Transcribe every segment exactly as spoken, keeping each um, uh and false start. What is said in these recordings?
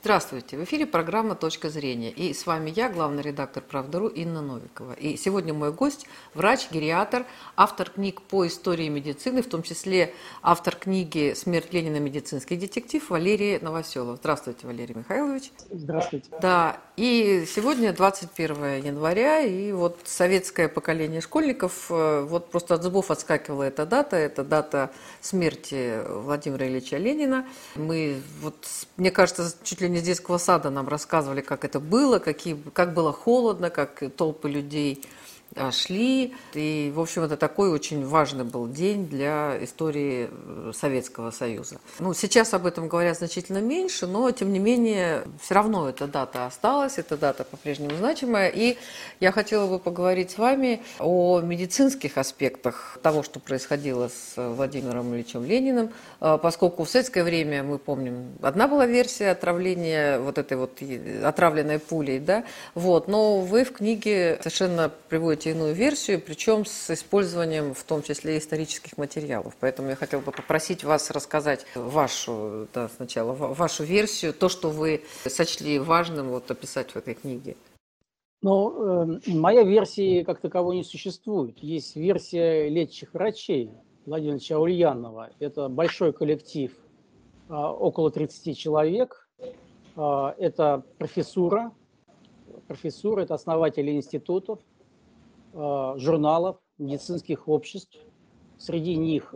Здравствуйте! В эфире программа «Точка зрения». И с вами я, главный редактор «Правда.ру» Инна Новикова. И сегодня мой гость– врач-гериатр, автор книг по истории медицины, в том числе автор книги «Смерть Ленина. Медицинский детектив» Валерий Новоселов. Здравствуйте, Валерий Михайлович. Здравствуйте. Да, и сегодня двадцать первое января, и вот советское поколение школьников, вот просто от зубов отскакивала эта дата, это дата смерти Владимира Ильича Ленина. Мы, вот, мне кажется, чуть ли не с детского сада нам рассказывали, как это было, какие, как было холодно, как толпы людей шли. И, в общем, это такой очень важный был день для истории Советского Союза. Ну, сейчас об этом говорят значительно меньше, но, тем не менее, все равно эта дата осталась, эта дата по-прежнему значимая. И я хотела бы поговорить с вами о медицинских аспектах того, что происходило с Владимиром Ильичем Лениным, поскольку в советское время, мы помним, одна была версия отравления вот этой вот отравленной пулей, да, вот, но вы в книге совершенно приводите иную версию, причем с использованием в том числе исторических материалов. Поэтому я хотела бы попросить вас рассказать вашу, да, сначала вашу версию, то, что вы сочли важным вот описать в этой книге. Ну, э, моя версии как таковой не существует. Есть версия лечащих врачей Владимира Ильича Ульянова. Это большой коллектив, э, около тридцати человек. Э, это профессура. Профессура – это основатели институтов, журналов, медицинских обществ. Среди них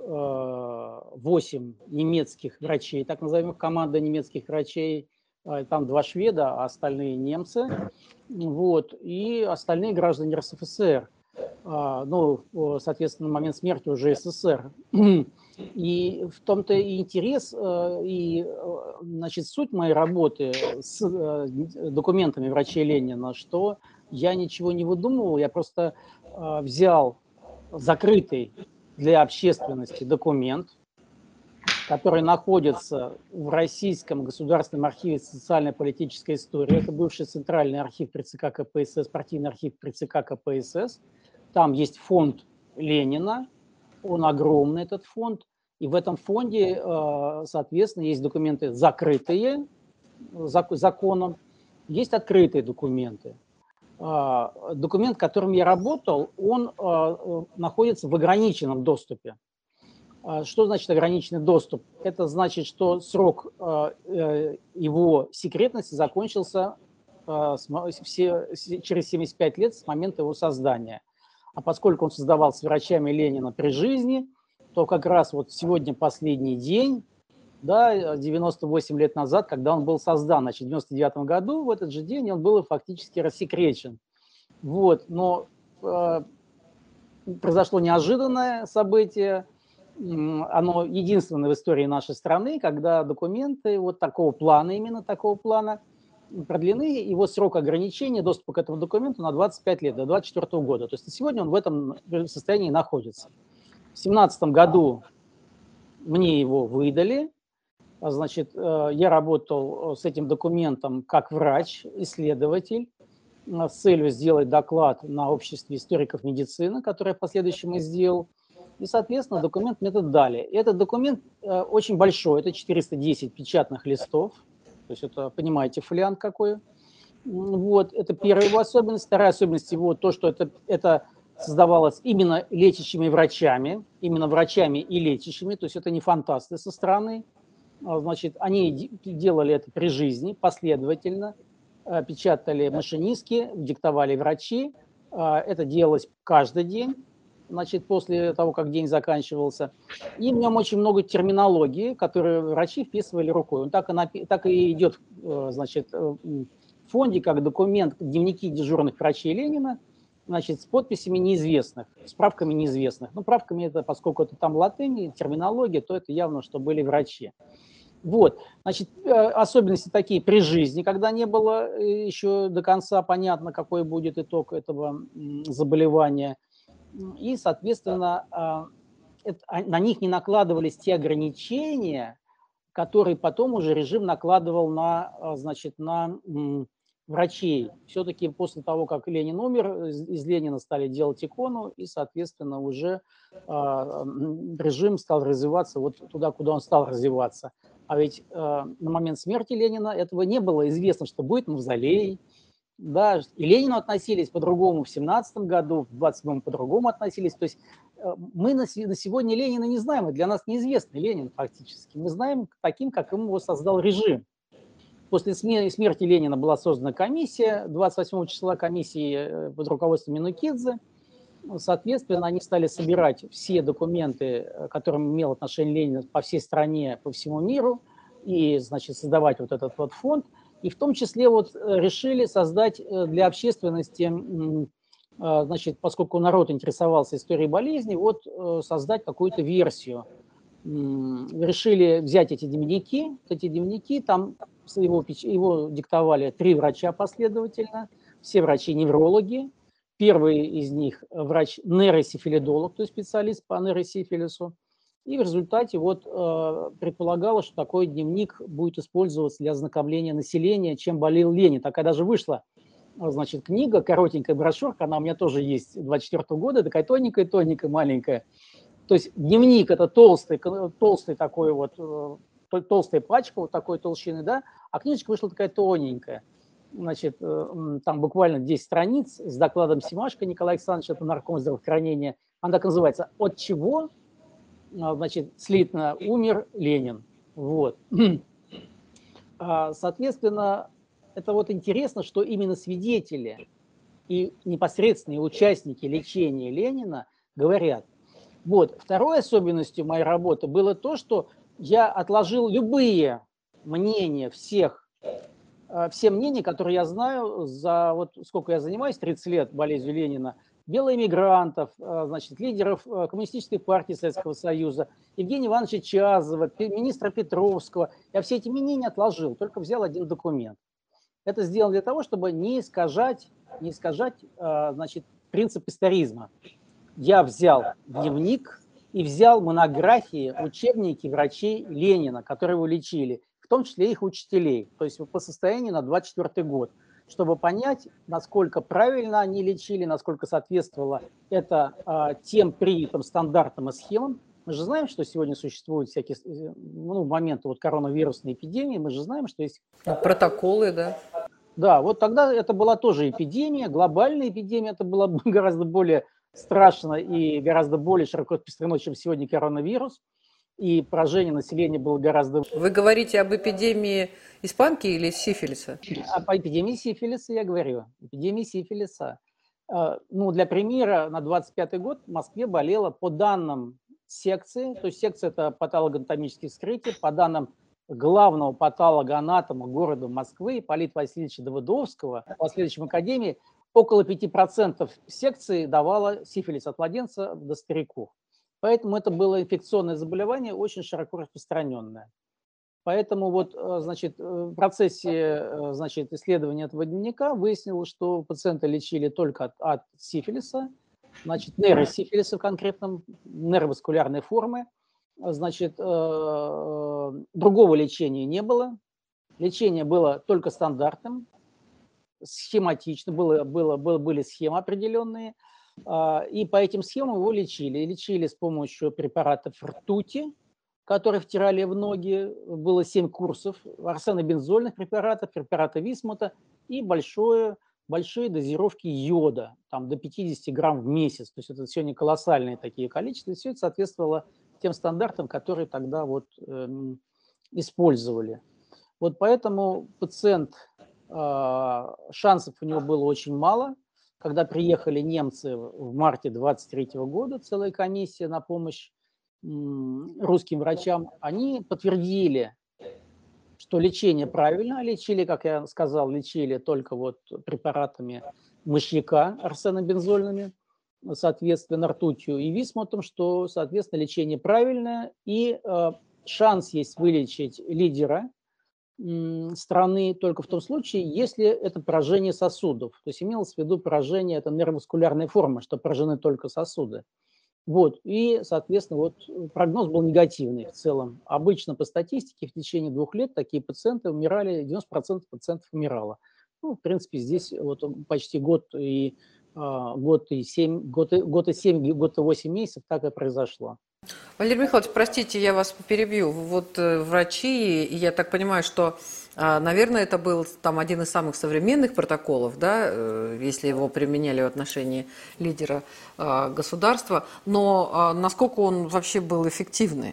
восемь немецких врачей, так называемых команда немецких врачей. Там два шведа, а остальные немцы. Вот. И остальные граждане эр эс эф эс эр. Ну, соответственно, на момент смерти уже эс эс эс эр. И в том-то и интерес, и, значит, суть моей работы с документами врачей Ленина, что я ничего не выдумывал, я просто э, взял закрытый для общественности документ, который находится в Российском государственном архиве социально-политической истории. Это бывший центральный архив при ЦК ка пэ эс эс, партийный архив при ЦК ка пэ эс эс. Там есть фонд Ленина, он огромный, этот фонд. И в этом фонде, э, соответственно, есть документы закрытые законом, есть открытые документы. Документ, которым я работал, он э, находится в ограниченном доступе. Что значит ограниченный доступ? Это значит, что срок э, его секретности закончился э, все, через семьдесят пять лет с момента его создания. А поскольку он создавался врачами Ленина при жизни, то как раз вот сегодня последний день, да, девяносто восемь лет назад, когда он был создан, значит, в девяносто девятом году, в этот же день он был фактически рассекречен. Вот, но э, произошло неожиданное событие, оно единственное в истории нашей страны, когда документы вот такого плана, именно такого плана, продлены, его срок ограничения доступа к этому документу на двадцать пять лет, до двадцать четвёртого года. То есть сегодня он в этом состоянии находится. В две тысячи семнадцатом году мне его выдали. Значит, я работал с этим документом как врач, исследователь, с целью сделать доклад на обществе историков медицины, который я в последующем и сделал. И, соответственно, документ мне дали. Этот документ очень большой, это четыреста десять печатных листов. То есть это, понимаете, фолиант какой. Вот, это первая его особенность. Вторая особенность его то, что это, это создавалось именно лечащими врачами, именно врачами и лечащими, то есть это не фантасты со стороны. Значит, они делали это при жизни, последовательно, печатали машинистки, диктовали врачи. Это делалось каждый день, значит, после того, как день заканчивался. И в нем очень много терминологии, которую врачи вписывали рукой. Он так и, напи- так и идет, значит, в фонде как документ дневники дежурных врачей Ленина, значит, с подписями неизвестных, справками неизвестных. Ну, правками это, поскольку это там латынь, терминология, то это явно, что были врачи. Вот, значит, особенности такие при жизни, когда не было еще до конца понятно, какой будет итог этого заболевания. И, соответственно, это, на них не накладывались те ограничения, которые потом уже режим накладывал на, значит, на врачей. Все-таки после того, как Ленин умер, из Ленина стали делать икону, и, соответственно, уже режим стал развиваться вот туда, куда он стал развиваться. А ведь э, на момент смерти Ленина этого не было известно, что будет мавзолей. Да, и Ленину относились по-другому в семнадцатом году, в двадцать седьмом по-другому относились. То есть э, мы на, на сегодня Ленина не знаем, и для нас неизвестный Ленин фактически. Мы знаем таким, каким его создал режим. После смерти Ленина была создана комиссия, двадцать восьмого числа комиссии под руководством Минукидзе. Соответственно, они стали собирать все документы, к которым имел отношение Ленин по всей стране, по всему миру, и, значит, создавать вот этот вот фонд. И в том числе вот решили создать для общественности, значит, поскольку народ интересовался историей болезни, вот создать какую-то версию. Решили взять эти дневники, эти дневники, там его, его диктовали три врача последовательно, все врачи-неврологи. Первый из них врач-нейросифилидолог, то есть специалист по нейросифилису. И в результате вот э, предполагалось, что такой дневник будет использоваться для ознакомления населения, чем болел Ленин. Такая даже вышла, значит, книга, коротенькая брошюрка, она у меня тоже есть, двадцать четвёртого года, такая тоненькая-тоненькая, маленькая. То есть дневник – это толстый, толстый такой вот, толстая пачка вот такой толщины, да, а книжечка вышла такая тоненькая. Значит, там буквально десять страниц с докладом Семашко Николая Александровича, это нарком здравоохранения. Она так называется «От чего, значит, слитно умер Ленин». Вот. Соответственно, это вот интересно, что именно свидетели и непосредственные участники лечения Ленина говорят. Вот. Второй особенностью моей работы было то, что я отложил любые мнения всех, все мнения, которые я знаю за вот сколько я занимаюсь, тридцать лет болезнью Ленина, белоэмигрантов, значит, лидеров Коммунистической партии Советского Союза, Евгения Ивановича Чазова, министра Петровского. Я все эти мнения отложил, только взял один документ. Это сделано для того, чтобы не искажать, не искажать, значит, принцип историзма. Я взял дневник и взял монографии, учебники врачей Ленина, которые его лечили, в том числе их учителей, то есть по состоянию на двадцать четвёртый год, чтобы понять, насколько правильно они лечили, насколько соответствовало это а, тем принятым стандартам и схемам. Мы же знаем, что сегодня существуют всякие, ну, моменты вот коронавирусной эпидемии, мы же знаем, что есть… Протоколы, да. Да, вот тогда это была тоже эпидемия, глобальная эпидемия, это было гораздо более страшно и гораздо более широко распространено, чем сегодня коронавирус, и поражение населения было гораздо… Вы говорите об эпидемии испанки или сифилиса? А по эпидемии сифилиса я говорю, эпидемии сифилиса. Ну, для примера, на двадцать пятый год в Москве болело, по данным секции, то есть секция – это патологоанатомические вскрытия, по данным главного патологоанатома города Москвы Ипполита Васильевича Давыдовского, по следующем академии, около пяти процентов секции давало сифилис от младенца до стариков. Поэтому это было инфекционное заболевание, очень широко распространенное. Поэтому вот, значит, в процессе, значит, исследования этого дневника выяснилось, что пациента лечили только от, от сифилиса, значит, нейросифилиса в конкретном, нейроваскулярной формы. Значит, другого лечения не было. Лечение было только стандартным, схематично, было, было, было, были схемы определенные, и по этим схемам его лечили. Лечили с помощью препаратов ртути, которые втирали в ноги, было семь курсов, арсенобензольных препаратов, препарата висмута и большое, большие дозировки йода, там до пятидесяти грамм в месяц. То есть это сегодня колоссальные такие количества, и все это соответствовало тем стандартам, которые тогда вот, э, использовали. Вот поэтому пациент, э, шансов у него было очень мало. Когда приехали немцы в марте двадцать третьего года, целая комиссия на помощь русским врачам, они подтвердили, что лечение правильно, лечили, как я сказал, лечили только вот препаратами мышьяка арсенобензольными, соответственно, ртутью и висмутом, что, соответственно, лечение правильное, и э, шанс есть вылечить лидера м, страны только в том случае, если это поражение сосудов. То есть имелось в виду поражение, это нейроваскулярная форма, что поражены только сосуды. Вот, и, соответственно, вот прогноз был негативный в целом. Обычно по статистике в течение двух лет такие пациенты умирали, девяносто процентов пациентов умирало. Ну, в принципе, здесь вот почти год и, год и семь, год и, год и семь, год и восемь месяцев так и произошло. Валерий Михайлович, простите, я вас перебью. Вот э, врачи, и я так понимаю, что, а, наверное, это был там один из самых современных протоколов, да, э, если его применяли в отношении лидера а, государства. Но а, насколько он вообще был эффективный?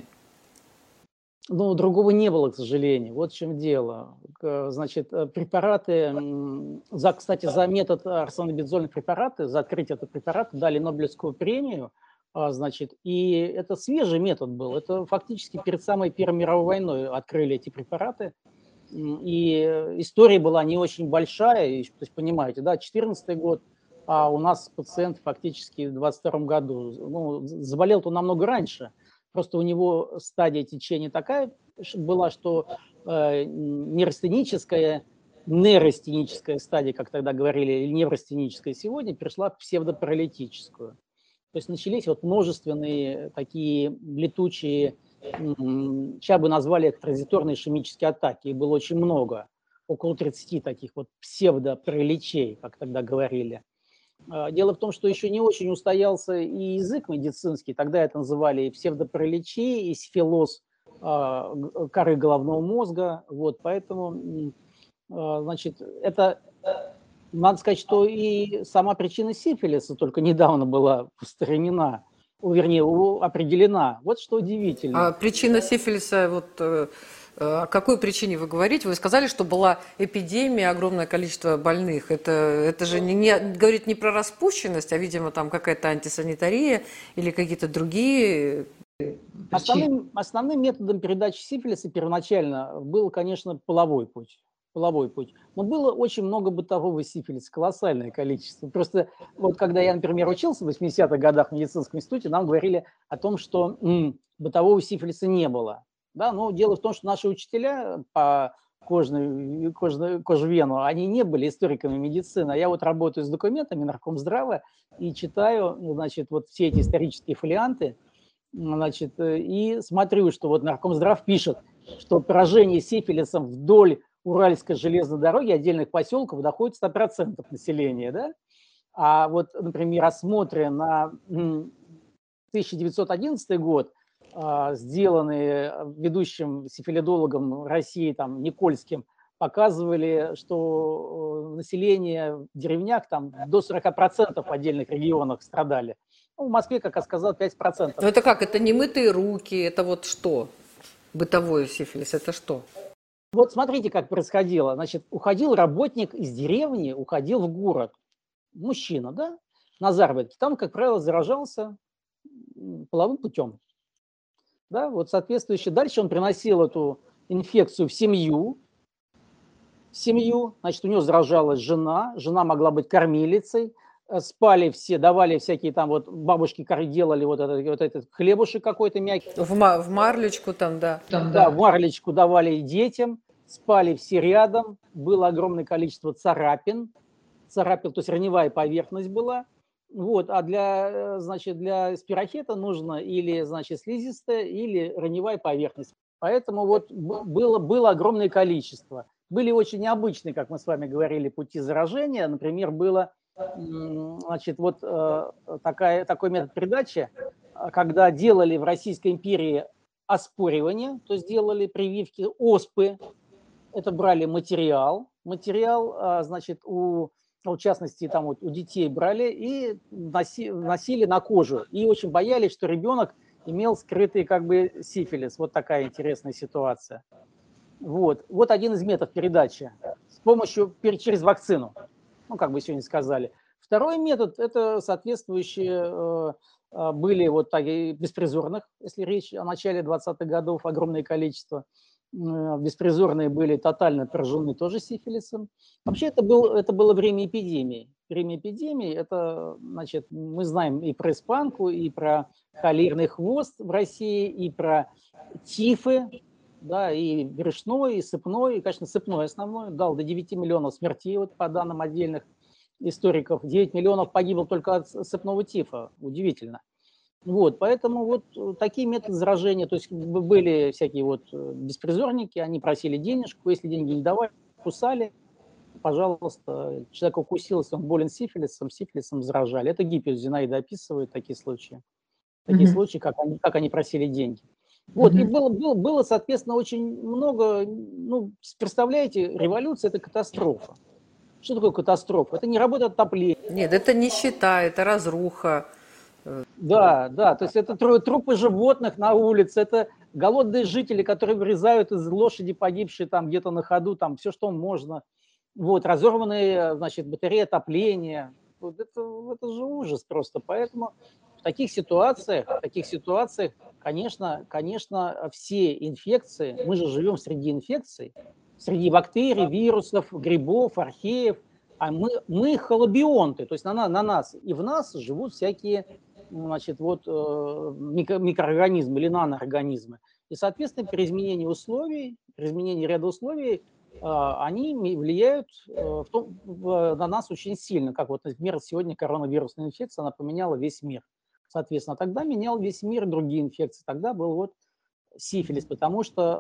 Ну, другого не было, к сожалению. Вот в чем дело. К- Значит, э, препараты, м, за, кстати, за метод арсенобензольных препараты, за открытие этого препарата дали Нобелевскую премию, а, значит, и это свежий метод был. Это фактически перед самой Первой мировой войной открыли эти препараты. М, И э, история была не очень большая, и, то есть, понимаете, да, четырнадцатый год, а у нас пациент фактически в двадцать втором году. Ну, з- заболел-то он намного раньше. Просто у него стадия течения такая ш- была, что э, нейростеническая, нейростеническая стадия, как тогда говорили, или невростеническая сегодня, перешла в псевдопаралитическую. То есть начались вот множественные такие летучие, м, сейчас бы назвали это транзиторные ишемические атаки, их было очень много, около тридцати таких вот псевдопараличей, как тогда говорили. А, Дело в том, что еще не очень устоялся и язык медицинский, тогда это называли и псевдопараличи, и сифилоз а, г- коры головного мозга, вот, поэтому, м, а, значит, это надо сказать, что и сама причина сифилиса только недавно была устранена, о, вернее, у- определена. Вот что А удивительно. причина сифилиса, вот э, э, о какой причине вы говорите? Вы сказали, что была эпидемия, огромное количество больных. Это, это же не, не- говорит не про распущенность, а, видимо, там какая-то антисанитария или какие-то другие причины. Основным, основным методом передачи сифилиса первоначально был, конечно, половой путь. Половой путь. Но было очень много бытового сифилиса, колоссальное количество. Просто вот когда я, например, учился в восьмидесятых годах в медицинском институте, нам говорили о том, что м, бытового сифилиса не было. Да, но дело в том, что наши учителя по кожной, кожной, кожвену, они не были историками медицины. А я вот работаю с документами наркомздрава и читаю, значит, вот все эти исторические фолианты, значит, э, и смотрю, что вот Наркомздрав пишет, что поражение сифилисом вдоль Уральской железной дороги отдельных поселков доходит сто процентов населения, да? А вот, например, осмотры на тысяча девятьсот одиннадцатый год, а, сделанные ведущим сифилидологом России, там, Никольским, показывали, что э, население в деревнях там до сорока процентов в отдельных регионах страдали. Ну, в Москве, как я сказал, пять процентов. Ну это как? Это немытые руки, это вот что? Бытовой сифилис, это что? Вот смотрите, как происходило. Значит, уходил работник из деревни, уходил в город. Мужчина, да, на заработки. Там, как правило, заражался половым путем. Да, вот соответствующе. Дальше он приносил эту инфекцию в семью. В семью, значит, у него заражалась жена. Жена могла быть кормилицей. Э, Спали все, давали всякие там вот бабушки делали вот этот, вот этот хлебушек какой-то мягкий. В, ма- в марлечку там, да. Там, да, марлечку давали детям. Спали все рядом. Было огромное количество царапин. Царапин, то есть раневая поверхность была. Вот, а для, э, значит, для спирохета нужно или, значит, слизистая, или раневая поверхность. Поэтому вот было, было огромное количество. Были очень необычные, как мы с вами говорили, пути заражения. Например, было, значит, вот э, такая, такой метод передачи, а, когда делали в Российской империи оспоривание, то есть делали прививки оспы, это брали материал, материал, а, значит, у, ну, в частности, там вот у детей брали и носи, носили на кожу. И очень боялись, что ребенок имел скрытый как бы сифилис. Вот такая интересная ситуация. Вот, вот один из методов передачи с помощью, через вакцину, ну, как бы сегодня сказали. Второй метод – это соответствующие э, э, были вот такие беспризорных, если речь о начале двадцатых годов, огромное количество. Э, Беспризорные были тотально поражены тоже сифилисом. Вообще это, был, это было время эпидемии. Время эпидемии – это, значит, мы знаем и про испанку, и про холерный хвост в России, и про тифы, да, и брюшной, и сыпной, и, конечно, сыпной основной, дал до девяти миллионов смертей, вот по данным отдельных историков. девять миллионов погибло только от сыпного тифа, удивительно. Вот, поэтому вот э, такие методы заражения, то есть были всякие вот э, беспризорники, они просили денежку, если деньги не давали, кусали, пожалуйста, человек укусился, он болен сифилисом, сифилисом заражали. Это Гиппиус, Зинаида описывает такие случаи. такие Мгм. случаи, как они, как они просили деньги. Вот, и Мгм. было, было, было, соответственно, очень много, ну, представляете, революция – это катастрофа. Что такое катастрофа? Это не работа отопления. Нет, это нищета, это разруха. Да, да, то есть это тру- трупы животных на улице, это голодные жители, которые вырезают из лошади погибшей там где-то на ходу, там все, что можно. Вот, разорванные, значит, батареи отопления. Вот это, это же ужас просто. Поэтому в таких ситуациях, в таких ситуациях, конечно, конечно, все инфекции, мы же живем среди инфекций, среди бактерий, вирусов, грибов, археев, а мы, мы холобионты, то есть на, на, на нас и в нас живут всякие, значит, вот э, микро, микроорганизмы или наноорганизмы. И, соответственно, при изменении условий, при изменении ряда условий, а, они влияют э, в том, в, на нас очень сильно, как вот, например, сегодня коронавирусная инфекция, она поменяла весь мир. Соответственно, тогда менял весь мир другие инфекции. Тогда был вот сифилис, потому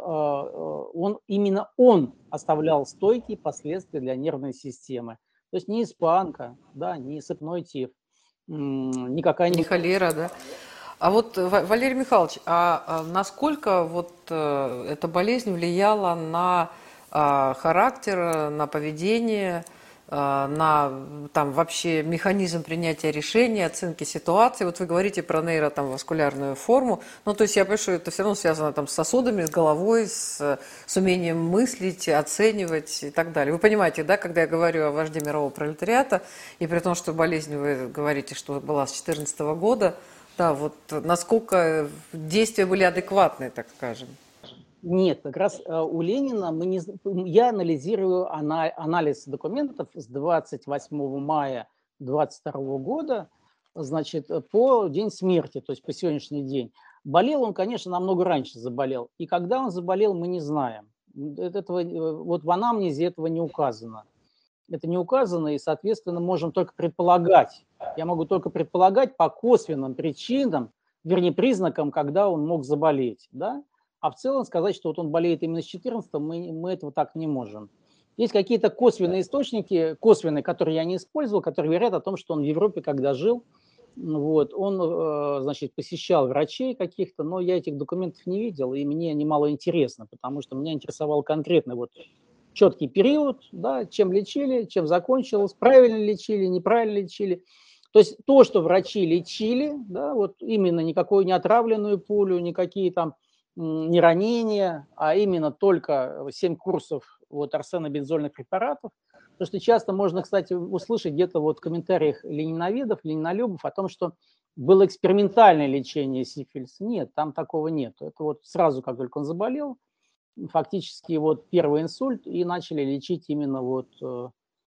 что э, он, именно он оставлял стойкие последствия для нервной системы. То есть не испанка, да, не сыпной тиф, м, не Не какая-нибудь. холера, да? А вот, Ва- Валерий Михайлович, а, а насколько вот э, эта болезнь влияла на а, характер, э, на поведение, а, на там вообще механизм принятия решений, оценки ситуации? Вот вы говорите про нейро там васкулярную форму, ну то есть я понимаю, что это все равно связано там с сосудами, с головой, с, с умением мыслить, оценивать и так далее. Вы понимаете, да, когда я говорю о вожде мирового пролетариата, и при том, что болезнь, вы говорите, что была с две тысячи четырнадцатого года, да, вот насколько действия были адекватны, так скажем. Нет, как раз э, у Ленина мы не, я анализирую ана, анализ документов с двадцать восьмого мая двадцать второго года, значит, по день смерти, то есть по сегодняшний день. Болел он, конечно, намного раньше заболел. И когда он заболел, мы не знаем. Этого, э, вот в анамнезе этого не указано. Это не указано, и, соответственно, можем только предполагать. Я могу только предполагать по косвенным причинам, вернее, признакам, когда он мог заболеть. Да? А в целом сказать, что вот он болеет именно с четырнадцатым, мы, мы этого так не можем. Есть какие-то косвенные источники, косвенные, которые я не использовал, которые говорят о том, что он в Европе, когда жил, вот, он, э, значит, посещал врачей каких-то, но я этих документов не видел, и мне немало интересно, потому что меня интересовал конкретно вот четкий период, да, чем лечили, чем закончилось, правильно лечили, неправильно лечили. То есть то, что врачи лечили, да, вот именно никакую не отравленную пулю, никакие там не ранения, а именно только семь курсов вот арсенобензольных препаратов. Потому что часто можно, кстати, услышать где-то вот в комментариях лениноведов, ленинолюбов о том, что было экспериментальное лечение сифилиса. Нет, там такого нет. Это вот сразу, как только он заболел, фактически вот первый инсульт, и начали лечить именно вот э,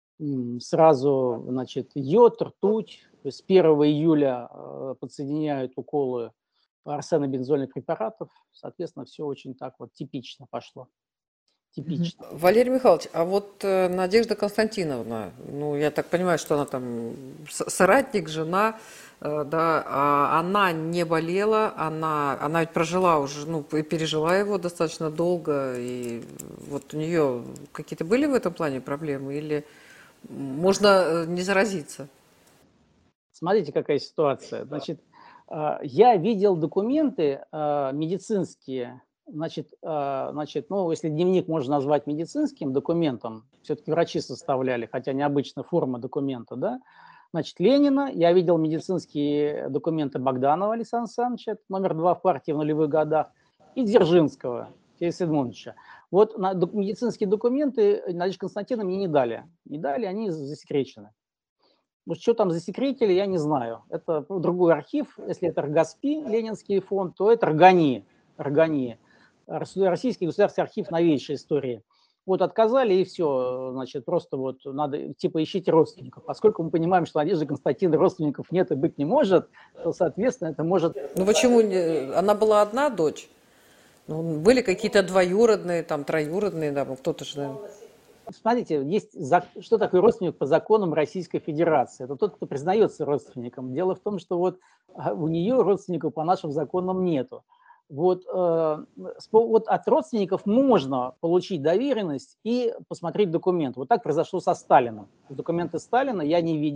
сразу, значит, йод, ртуть. То есть с первого июля э, подсоединяют уколы арсенобензольных препаратов. Соответственно, все очень так вот типично пошло. Типично. Валерий Михайлович, а вот э, Надежда Константиновна, ну, я так понимаю, что она там с- соратник, жена, э, да, а она не болела, она, она ведь прожила уже, ну, и пережила его достаточно долго, и вот у нее какие-то были в этом плане проблемы, или можно э, не заразиться? Смотрите, какая ситуация. Значит, э, я видел документы э, медицинские. Значит, э, значит, ну, если дневник можно назвать медицинским документом, все-таки врачи составляли, хотя необычная форма документа, да. Значит, Ленина, я видел медицинские документы Богданова Александра Александровича, номер два в партии в нулевых годах, и Дзержинского Феликса Эдмундовича. Вот на, медицинские документы Надежда Константиновна мне не дали. Не дали, они засекречены. Ну, что там засекретили, я не знаю. Это ну, другой архив. Если это РГАСПИ, Ленинский фонд, то это РГАНИ. РГАНИ. Российский государственный архив новейшей истории. Вот отказали, и все. Значит, просто вот надо, типа, ищите родственников. Поскольку мы понимаем, что Надежды Константиновны родственников нет и быть не может, то, соответственно, это может... Ну, почему не- она была одна дочь? Ну, были какие-то двоюродные, там, троюродные, да, ну, кто-то же, наверное. Смотрите, есть что такое родственник по законам Российской Федерации? Это тот, кто признается родственником. Дело в том, что вот у нее родственников по нашим законам нету. Вот, э, вот от родственников можно получить доверенность и посмотреть документ. Вот так произошло со Сталином. Документы Сталина я не видел,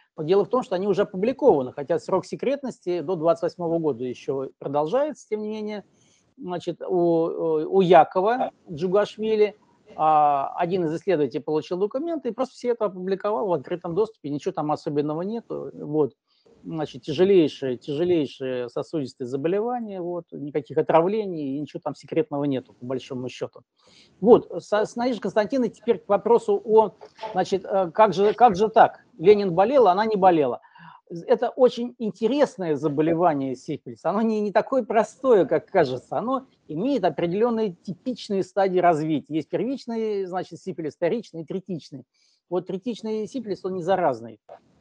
Но дело в том, что они уже опубликованы, хотя срок секретности до двадцать восьмого года еще продолжается, тем не менее. Значит, у, у Якова Джугашвили один из исследователей получил документы и просто все это опубликовал в открытом доступе, ничего там особенного нету. Вот. Значит, тяжелейшие, тяжелейшие сосудистые заболевания, вот, никаких отравлений, и ничего там секретного нету, по большому счету. Вот, с, с Надеждой Константиновной теперь к вопросу о, значит, как же, как же так? Ленин болел, она не болела. Это очень интересное заболевание сифилис. Оно не, не такое простое, как кажется. Оно имеет определенные типичные стадии развития. Есть первичный, значит, сифилис, вторичный и третичный. Вот третичный сифилис, он не заразный.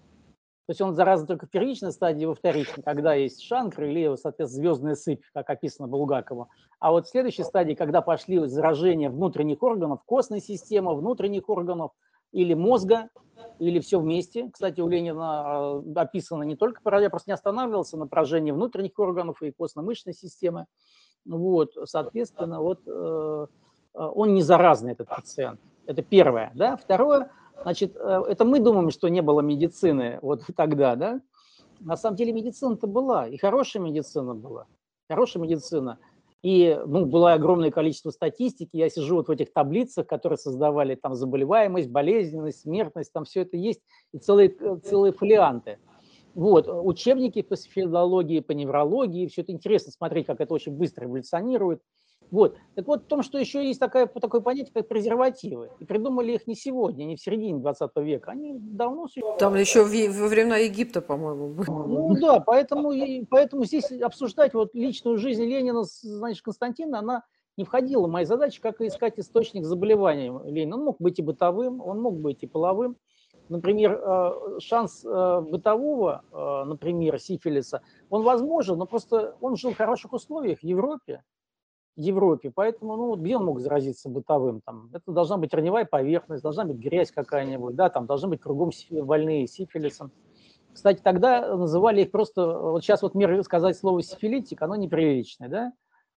То есть он заразен только в первичной стадии, во вторичной, когда есть шанкр или, соответственно, звездная сыпь, как описано Булгаковым. А вот в следующей стадии, когда пошли заражения внутренних органов, костной системы, внутренних органов или мозга, или все вместе. Кстати, у Ленина описано не только, я просто не останавливался на поражении внутренних органов и костно-мышечной системы. Вот, соответственно, вот э, он не заразный, этот пациент. Это первое. Да? Второе, значит, это мы думаем, что не было медицины вот тогда, да? На самом деле медицина-то была, и хорошая медицина была, хорошая медицина. И ну, было огромное количество статистики. Я сижу вот в этих таблицах, которые создавали там заболеваемость, болезненность, смертность, там все это есть, и целые, целые фолианты. Вот, учебники по филологии, по неврологии, все это интересно смотреть, как это очень быстро эволюционирует. Вот. Так вот, в том, что еще есть такое, такое понятие, как презервативы. И придумали их не сегодня, не в середине двадцатого века. Они давно существуют. Там еще во времена Египта, по-моему, были. Ну да, поэтому, поэтому здесь обсуждать вот личную жизнь Ленина, значит, Константина, она не входила в мои задачи, как искать источник заболевания Ленина. Он мог быть и бытовым, он мог быть и половым. Например, шанс бытового, например, сифилиса, он возможен, но просто он жил в хороших условиях в Европе. Европе, поэтому, ну, где он мог заразиться бытовым? Там, это должна быть раневая поверхность, должна быть грязь какая-нибудь, да, там должны быть кругом больные сифилисом. Кстати, тогда называли их просто, вот сейчас вот мне сказать слово сифилитик, оно неприличное, да,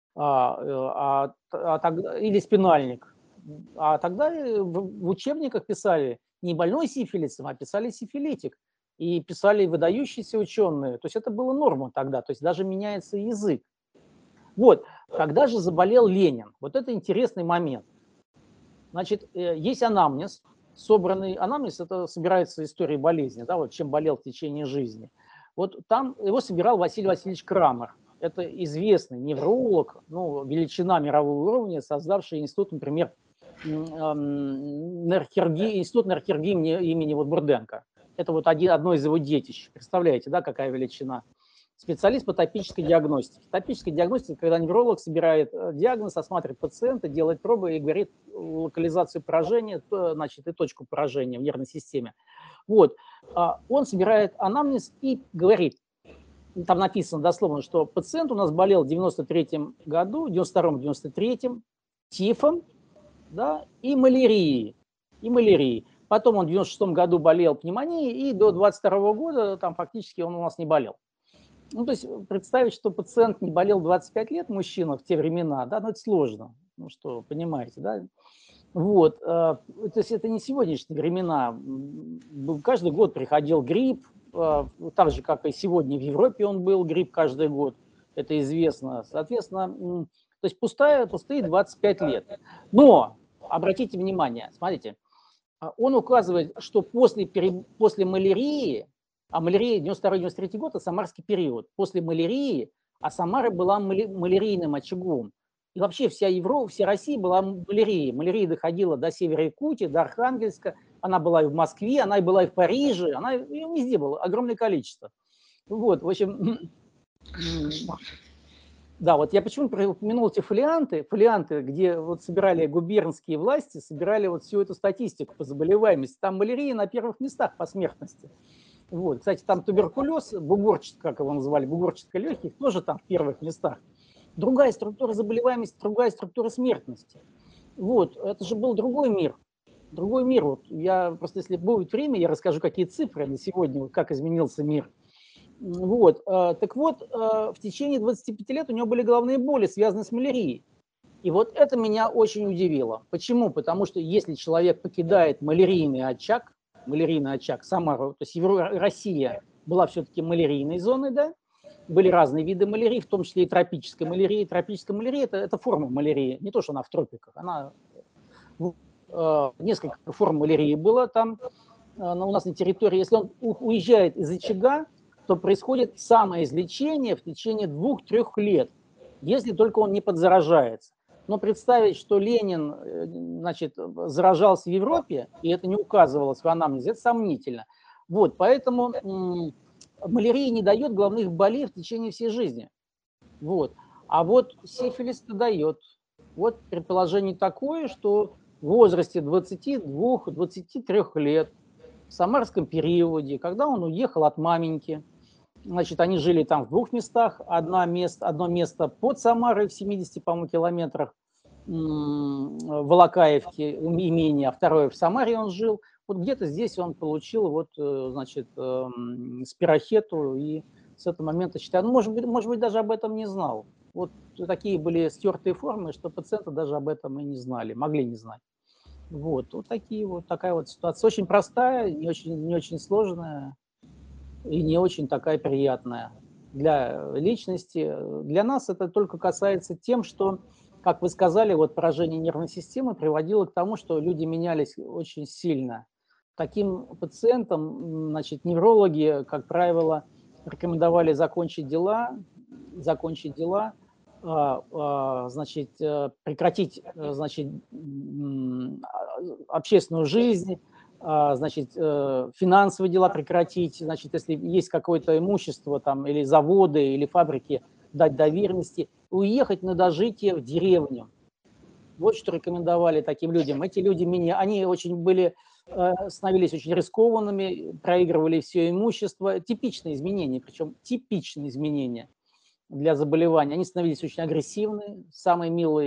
а, а, а тогда, или спинальник. А тогда в, в учебниках писали не больной сифилисом, а писали сифилитик. И писали выдающиеся ученые. То есть это было норма тогда, то есть даже меняется язык. Вот, когда же заболел Ленин? Вот это интересный момент. Значит, есть анамнез, собранный анамнез, это собирается история болезни, да, вот чем болел в течение жизни. Вот там его собирал Василий Васильевич Крамер. Это известный невролог, ну, величина мирового уровня, создавший институт, например, нейрохирургии, институт нейрохирургии имени, имени вот Бурденко. Это вот один, одно из его детищ. Представляете, да, какая величина? Специалист по топической диагностике. Топическая диагностика, когда невролог собирает диагноз, осматривает пациента, делает пробы и говорит локализацию поражения, значит, и точку поражения в нервной системе. Вот. Он собирает анамнез и говорит, там написано дословно, что пациент у нас болел в девяносто третьем году, в девяносто втором — девяносто третьем, тифом, да, и малярией. И малярией. Потом он в девяносто шестом году болел пневмонией, и до двадцать второго года там фактически он у нас не болел. Ну, то есть представить, что пациент не болел двадцать пять лет, мужчина в те времена, да, ну, это сложно, ну, что, понимаете, да. Вот, то есть это не сегодняшние времена. Каждый год приходил грипп, так же, как и сегодня в Европе он был, грипп каждый год, это известно. Соответственно, то есть пустая, пустые двадцать пять лет. Но, обратите внимание, смотрите, он указывает, что после, после малярии, а малярия девяносто второй — девяносто третий год – это самарский период. После малярии, а Самара была малярийным очагом. И вообще вся Европа, вся Россия была малярией. Малярия доходила до Севера Якутии, до Архангельска. Она была и в Москве, она и была и в Париже. Она ее везде было огромное количество. Вот, в общем, да, вот я почему упомянул эти фолианты, фолианты, где вот собирали губернские власти, собирали вот всю эту статистику по заболеваемости. Там малярия на первых местах по смертности. Вот. Кстати, там туберкулез, бугорчатый, как его называли, бугорчатка легких, тоже там в первых местах. Другая структура заболеваемости, другая структура смертности. Вот, это же был другой мир. Другой мир. Вот я просто, если будет время, я расскажу, какие цифры на сегодня, как изменился мир. Вот. Так вот, в течение двадцати пяти лет у него были головные боли, связанные с малярией. И вот это меня очень удивило. Почему? Потому что если человек покидает малярийный очаг, малярийный очаг Самару, то есть Евро, Россия была все-таки малярийной зоной, да, были разные виды малярии, в том числе и тропической малярии. Тропическая малярия – это, это форма малярии, не то, что она в тропиках, она э, несколько форм малярии было там э, у нас на территории. Если он уезжает из очага, то происходит самоизлечение в течение двух-трех лет, если только он не подзаражается. Но представить, что Ленин, значит, заражался в Европе, и это не указывалось в анамнезе, это сомнительно. Вот, поэтому м- малярия не дает головных болей в течение всей жизни. Вот. А вот сифилис-то дает. Вот предположение такое, что в возрасте двадцати двух - двадцати трёх лет, в самарском периоде, когда он уехал от маменьки, значит, они жили там в двух местах. Одно место, одно место под Самарой в семидесяти, по-моему, километрах в Волокаевке имение, а второе в Самаре он жил. Вот где-то здесь он получил вот, значит, спирохету, и с этого момента считаю, ну, может быть, может быть, даже об этом не знал. Вот такие были стертые формы, что пациенты даже об этом и не знали, могли не знать. Вот, вот такие вот, такая вот ситуация. Очень простая, не очень, не очень сложная и не очень такая приятная для личности. Для нас это только касается тем, что, как вы сказали, вот поражение нервной системы приводило к тому, что люди менялись очень сильно. Таким пациентам, значит, неврологи, как правило, рекомендовали закончить дела, закончить дела, а, а, значит, э, прекратить, э, значит, общественную жизнь, а, значит, э, финансовые дела прекратить, значит, если есть какое-то имущество там или заводы, или фабрики, дать доверенности, уехать на дожитие в деревню. Вот что рекомендовали таким людям. Эти люди, меня, они очень были, становились очень рискованными, проигрывали все имущество. Типичные изменения, причем типичные изменения для заболевания. Они становились очень агрессивны. Самый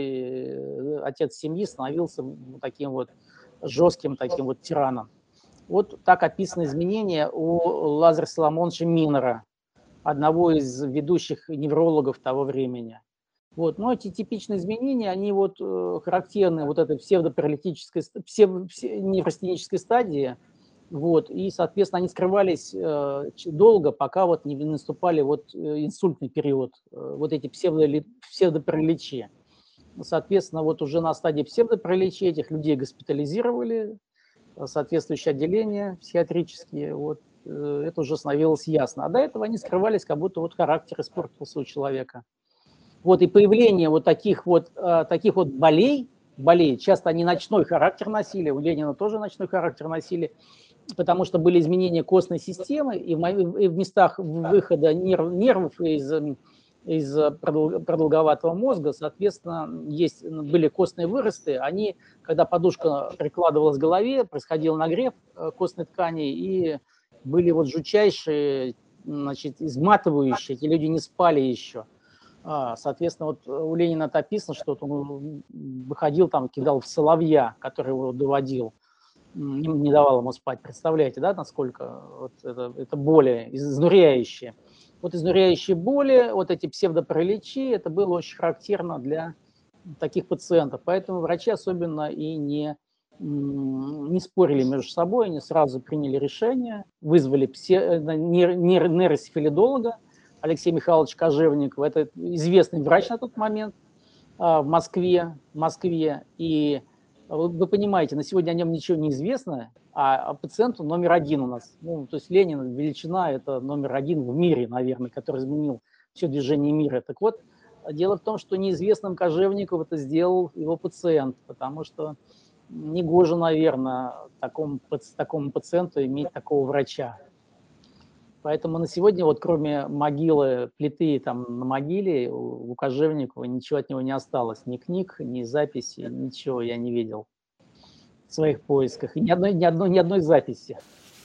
милый отец семьи становился таким вот жестким, таким вот тираном. Вот так описаны изменения у Лазаря Соломоновича Минера, одного из ведущих неврологов того времени. Вот. Но эти типичные изменения, они вот э, характерны вот этой псевдопаралитической, псевдо, неврастенической стадии, вот, и, соответственно, они скрывались э, долго, пока вот не наступали вот инсультный период, э, вот эти псевдо, псевдопараличи. Соответственно, вот уже на стадии псевдопараличи этих людей госпитализировали, соответствующие отделения психиатрические, вот, э, это уже становилось ясно. А до этого они скрывались, как будто вот характер испортился у человека. Вот, и появление вот таких вот, э, таких вот болей, болей, часто они ночной характер носили, у Ленина тоже ночной характер носили, потому что были изменения костной системы, и в, и в местах выхода нерв, нервов из, из продолговатого мозга, соответственно, есть, были костные выросты, они, когда подушка прикладывалась к голове, происходил нагрев костной ткани, и были вот жутчайшие, значит, изматывающие, эти люди не спали еще. А, соответственно, вот у Ленина это описано, что он выходил там, кидал в соловья, который его доводил, не, не давал ему спать. Представляете, да, насколько вот это, это боли изнуряющие. Вот изнуряющие боли, вот эти псевдопараличи, это было очень характерно для таких пациентов. Поэтому врачи особенно и не, не спорили между собой, они сразу приняли решение, вызвали псе, нейро, нейросифилидолога, Алексей Михайлович Кожевников, это известный врач на тот момент в Москве, в Москве. И вы понимаете, на сегодня о нем ничего не известно, а пациенту номер один у нас. Ну, то есть Ленин, величина, это номер один в мире, наверное, который изменил все движение мира. Так вот, дело в том, что неизвестным Кожевникову это сделал его пациент, потому что негоже, наверное, такому, такому пациенту иметь такого врача. Поэтому на сегодня, вот кроме могилы, плиты там на могиле у Кожевникова, ничего от него не осталось. Ни книг, ни записей, ничего я не видел в своих поисках. И ни одной, ни одной, ни одной записи.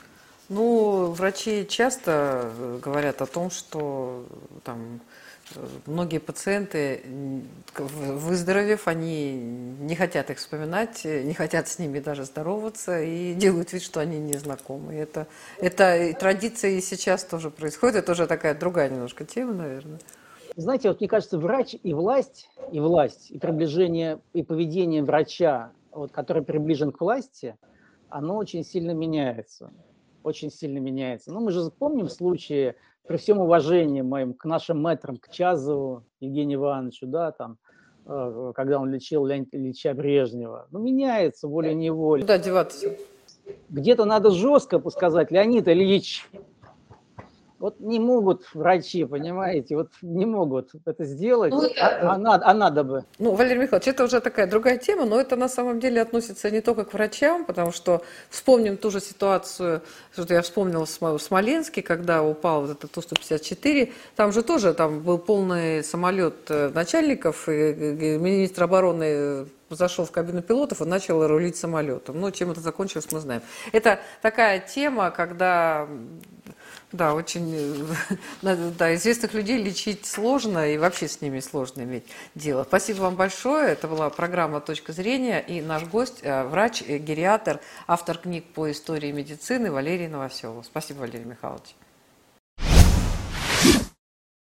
Ну, врачи часто говорят о том, что там многие пациенты, выздоровев, они не хотят их вспоминать, не хотят с ними даже здороваться и делают вид, что они не знакомы. Это, это традиция и сейчас тоже происходит. Это тоже такая другая немножко тема, наверное. Знаете, вот мне кажется, врач и власть, и власть, и приближение, и поведение врача, вот, который приближен к власти, оно очень сильно меняется. Очень сильно меняется. Ну, мы же помним случаи, при всем уважении моим к нашим мэтрам, к Чазову Евгению Ивановичу, да, там, э, когда он лечил Леонида Ильича Брежнева. Ну, меняется волей-неволей. Куда деваться? Где-то надо жестко сказать: Леонид Ильич, вот не могут врачи, понимаете, вот не могут это сделать, ну, а, а, надо, а надо бы. Ну, Валерий Михайлович, это уже такая другая тема, но это на самом деле относится не только к врачам, потому что вспомним ту же ситуацию, что я вспомнила в Смоленске, когда упал вот этот Ту сто пятьдесят четыре, там же тоже там был полный самолет начальников, и министр обороны зашел в кабину пилотов и начал рулить самолетом. Ну, чем это закончилось, мы знаем. Это такая тема, когда... Да, очень, да, известных людей лечить сложно, и вообще с ними сложно иметь дело. Спасибо вам большое. Это была программа «Точка зрения», и наш гость, врач, гериатр, автор книг по истории медицины Валерий Новоселов. Спасибо, Валерий Михайлович.